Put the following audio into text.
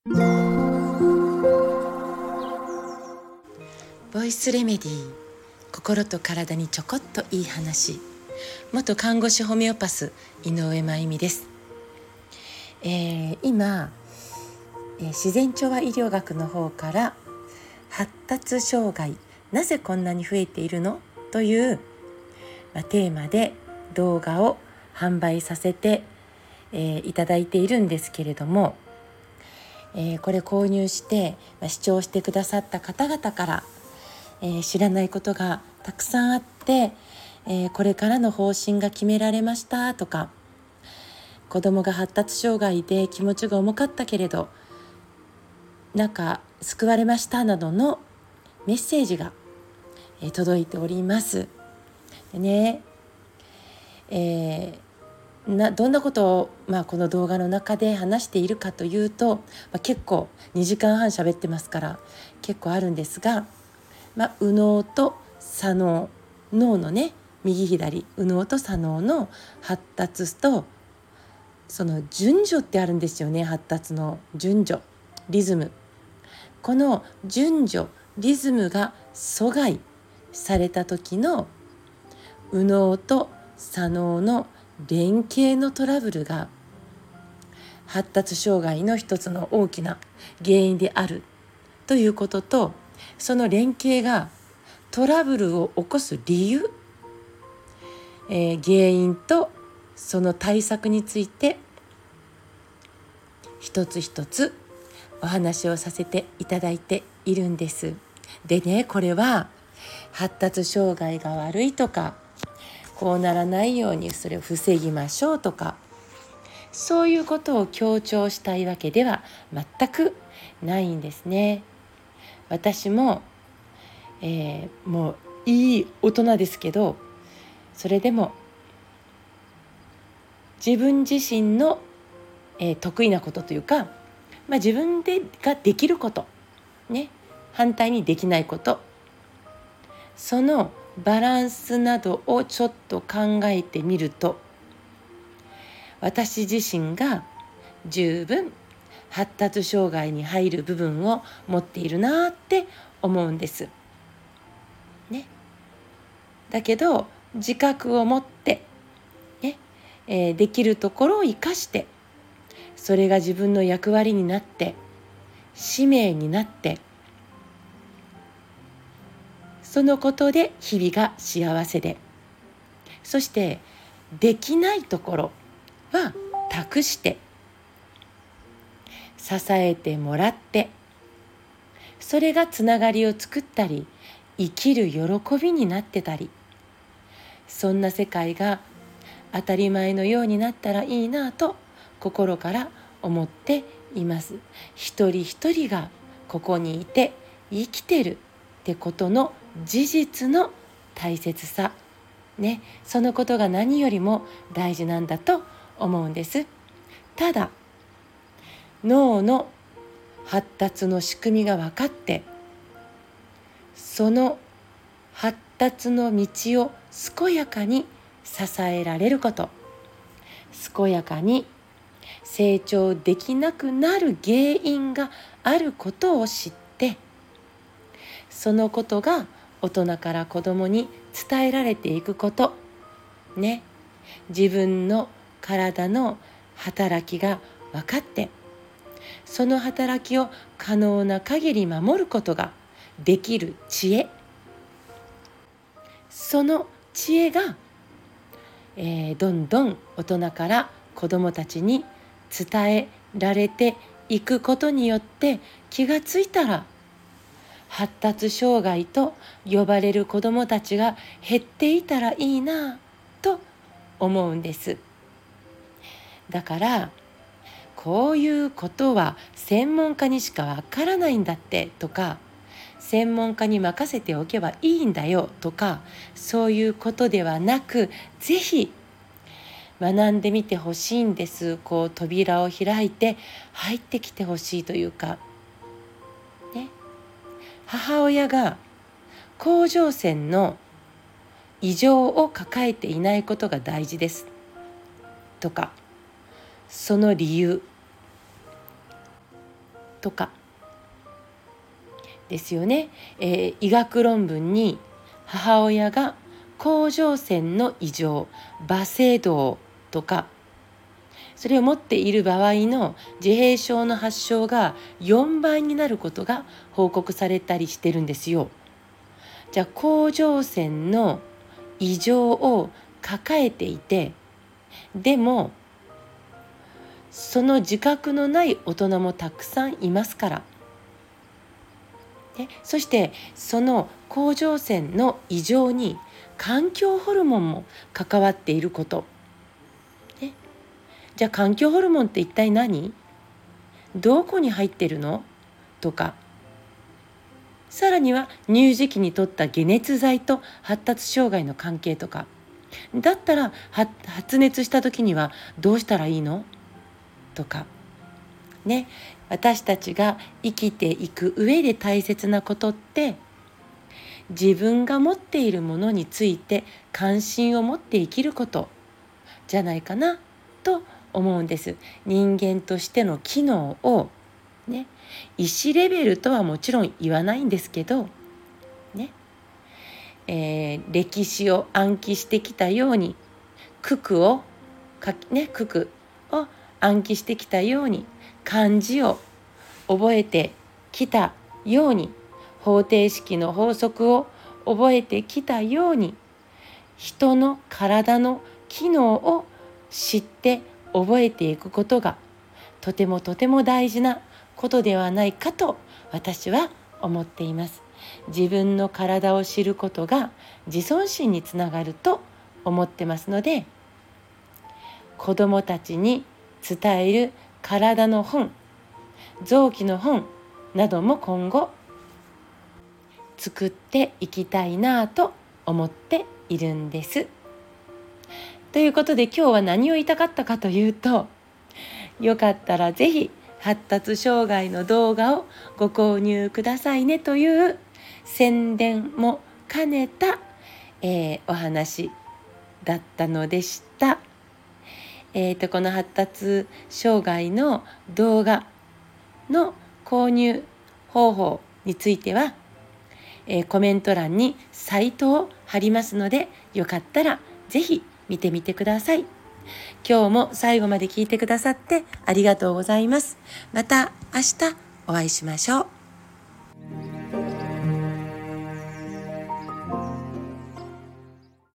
ボイスレメディー、心と体にちょこっといい話。元看護師ホメオパス井上真由美です。今、自然調和医療学の方から発達障害、なぜこんなに増えているのという、テーマで動画を販売させて、いただいているんですけれども、これ購入して、視聴してくださった方々から、知らないことがたくさんあって、これからの方針が決められましたとか、子供が発達障害で気持ちが重かったけれど救われましたなどのメッセージが、届いております。でね、どんなことを、この動画の中で話しているかというと、結構2時間半喋ってますから結構あるんですが、右脳と左脳、脳のね、右左、右脳と左脳の発達と、その順序ってあるんですよね。発達の順序、リズム。この順序、リズムが阻害された時の右脳と左脳の連携のトラブルが発達障害の一つの大きな原因であるということと、その連携がトラブルを起こす理由、原因とその対策について一つ一つお話をさせていただいているんです。でね、これは発達障害が悪いとか、こうならないようにそれを防ぎましょうとか、そういうことを強調したいわけでは全くないんですね。私も、もういい大人ですけど、それでも自分自身の、得意なことというか、自分ができることね、反対にできないこと、そのバランスなどをちょっと考えてみると、私自身が十分発達障害に入る部分を持っているなって思うんですね。だけど自覚を持ってね、できるところを生かして、それが自分の役割になって、使命になって、そのことで日々が幸せで、そしてできないところは託して支えてもらって、それがつながりを作ったり、生きる喜びになってたり、そんな世界が当たり前のようになったらいいなと心から思っています。一人一人がここにいて生きてるってことの事実の大切さね、そのことが何よりも大事なんだと思うんです。ただ脳の発達の仕組みが分かって、その発達の道を健やかに支えられること、健やかに成長できなくなる原因があることを知って、そのことが大人から子供に伝えられていくことね、自分の体の働きが分かって、その働きを可能な限り守ることができる知恵、その知恵が、どんどん大人から子どもたちに伝えられていくことによって、気がついたら発達障害と呼ばれる子どもたちが減っていたらいいなと思うんです。だからこういうことは専門家にしかわからないんだってとか、専門家に任せておけばいいんだよとか、そういうことではなく、ぜひ学んでみてほしいんです。こう扉を開いて入ってきてほしいというかね、母親が甲状腺の異常を抱えていないことが大事ですとか、その理由とかですよね。医学論文に母親が甲状腺の異常、バセドウとか、それを持っている場合の自閉症の発症が4倍になることが報告されたりしてるんですよ。じゃあ甲状腺の異常を抱えていて、でもその自覚のない大人もたくさんいますから。そしてその甲状腺の異常に環境ホルモンも関わっていること。じゃあ環境ホルモンって一体何？どこに入ってるの？とか、さらには乳児期にとった解熱剤と発達障害の関係とか、だったら発熱した時にはどうしたらいいの？とかね、私たちが生きていく上で大切なことって、自分が持っているものについて関心を持って生きることじゃないかなと思うんです。人間としての機能をね、意思レベルとはもちろん言わないんですけどね、歴史を暗記してきたように、九九を暗記してきたように、漢字を覚えてきたように、方程式の法則を覚えてきたように、人の体の機能を知って覚えていくことがとてもとても大事なことではないかと私は思っています。自分の体を知ることが自尊心につながると思ってますので、子どもたちに伝える体の本、臓器の本なども今後作っていきたいなと思っているんです。ということで今日は何を言いたかったかというと、よかったらぜひ発達障害の動画をご購入くださいねという宣伝も兼ねた、お話だったのでした。この発達障害の動画の購入方法については、コメント欄にサイトを貼りますので、よかったらぜひ見てみてください。今日も最後まで聞いてくださってありがとうございます。また明日お会いしましょう。